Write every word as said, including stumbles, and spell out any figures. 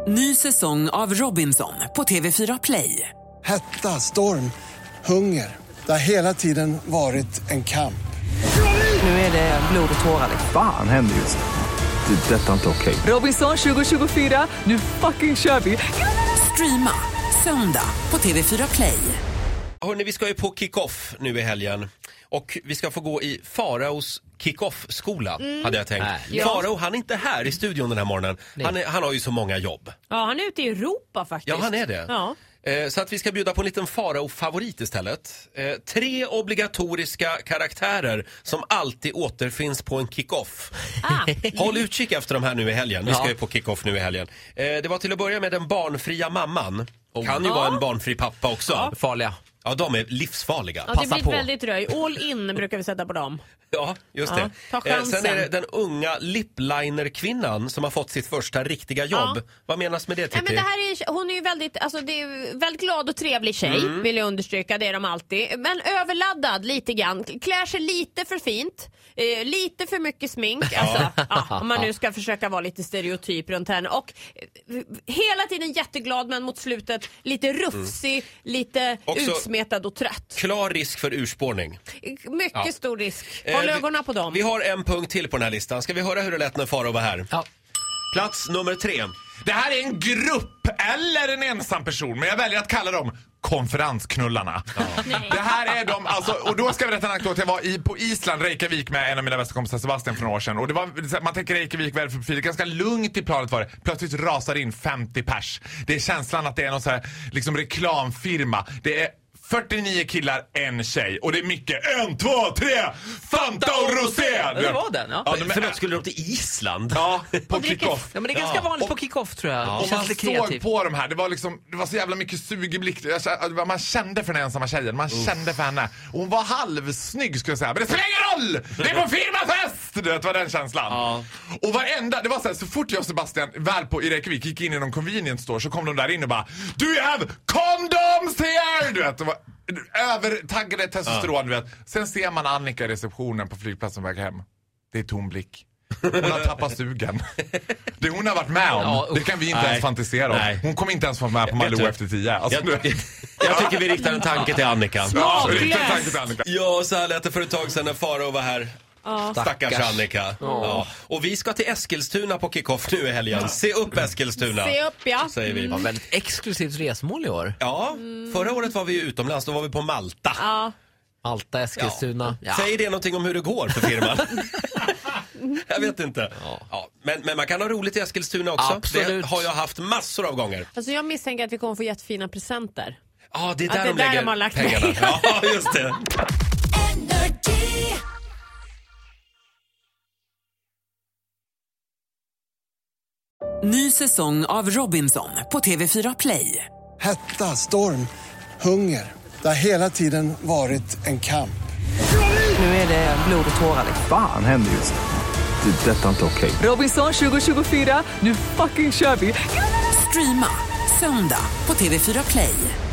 Ny säsong av Robinson på T V fyra Play. Hetta, storm, hunger. Det har hela tiden varit en kamp. Nu är det blod och tårar. Fan händer just det. Det är detta inte okej. Robinson tjugo tjugofyra, nu fucking kör vi. Streama söndag på T V fyra Play. Hörrni, vi ska ju på kick-off nu i helgen. Och vi ska få gå i Faraos kick-off-skola, mm. hade jag tänkt. Äh, Farao, han är inte här i studion den här morgonen. Han, är, han har ju så många jobb. Ja, han är ute i Europa faktiskt. Ja, han är det. Ja. Eh, så att vi ska bjuda på en liten Farao-favorit istället. Eh, tre obligatoriska karaktärer som alltid återfinns på en kick-off. Ah. Håll utkik efter de här nu i helgen. Vi ska ja. ju på kick-off nu i helgen. Eh, det var till att börja med den barnfria mamman. Oh. Kan ju ja. vara en barnfri pappa också. Ja. Farliga. Ja, de är livsfarliga. Ja, det blir på. väldigt röj. All in brukar vi sätta på dem. Ja, just det. Ja, eh, sen är det den unga lipliner-kvinnan som har fått sitt första riktiga jobb. Ja. Vad menas med det, Titti? Ja, men det här är, hon är ju väldigt, alltså, det är väldigt glad och trevlig tjej, mm. vill jag understryka. Det är de alltid. Men överladdad lite grann. Klär sig lite för fint. Eh, lite för mycket smink. Alltså, ja, om man nu ska försöka vara lite stereotyp runt henne. Och eh, hela tiden jätteglad, men mot slutet lite rufsig, mm. lite också utsmetad och trött. Klar risk för urspårning. Mycket ja. stor risk. Håll ögonen på dem. Vi har en punkt till på den här listan. Ska vi höra hur det lät när Farao var här? Ja. Plats nummer tre. Det här är en grupp eller en ensam person, men jag väljer att kalla dem konferensknullarna. Ja. Det här är de, alltså, och då ska jag berätta en anekdot. Jag var i, på Island, Reykjavik, med en av mina bästa kompisar, Sebastian, för några år sedan. Och det var, man tänker Reykjavik väl för profil, ganska lugnt i planet var det. Plötsligt rasar in femtio pers. Det är känslan att det är någon så här, liksom reklamfirma. Det är fyrtionio killar, en tjej. Och det är mycket en, två, tre Fanta och rosé. Det var den, ja. ja de Förlåt, skulle de till Island? Ja, på kick-off. Ja, men det är ganska ja. vanligt på kick-off, tror jag. Ja. Och man såg på de här, det var liksom, det var så jävla mycket sugeblick. Man kände för den ensamma tjejen, man Uff. kände för henne. Och hon var halvsnygg, skulle jag säga. Men det spelar ingen roll! Det är på firmafest! Det var den känslan. Ja. Och varenda, det var så här, så fort jag och Sebastian väl på i Reykjavik gick in i någon convenience store, så kom de där in och bara, do you have condoms here? Du vet, det var övertaggade testosteron, ja. du vet. Sen ser man Annika i receptionen på flygplatsen väg hem. Det är tom blick. Hon har tappat sugen. Det hon har varit med om, ja, det kan vi inte nej, ens fantisera om. Nej. Hon kommer inte ens vara med på Malou efter tio. Alltså, jag, jag, jag tycker vi riktar en tanke till Annika. Ja, riktar en tanke till Annika. Ja, så här lät det för ett tag sedan när Farao var här. Oh. Stackars Annika. Oh. Ja. Och vi ska till Eskilstuna på kick-off nu i helgen. Ja. Se upp Eskilstuna. Se upp, ja. Säger vi. Det var väldigt exklusivt resmål i år. Ja, mm. förra året var vi utomlands. Då var vi på Malta. Ja. Malta, Eskilstuna. Ja. Ja. Säger det någonting om hur det går för firman? Jag vet inte. Ja. Ja. Men, men man kan ha roligt i Eskilstuna också. Absolut. Det har jag haft massor av gånger. Alltså jag misstänker att vi kommer få jättefina presenter. Ja, det är där, att det de, är där lägger de har lagt pengarna. Ja, just det. Ny säsong av Robinson på T V fyra Play. Hetta, storm, hunger. Det har hela tiden varit en kamp. Nu är det blod och tårar. Fan händer just det. Det är detta inte okej. Robinson tjugo tjugofyra, nu fucking kör vi. Streama söndag på T V fyra Play.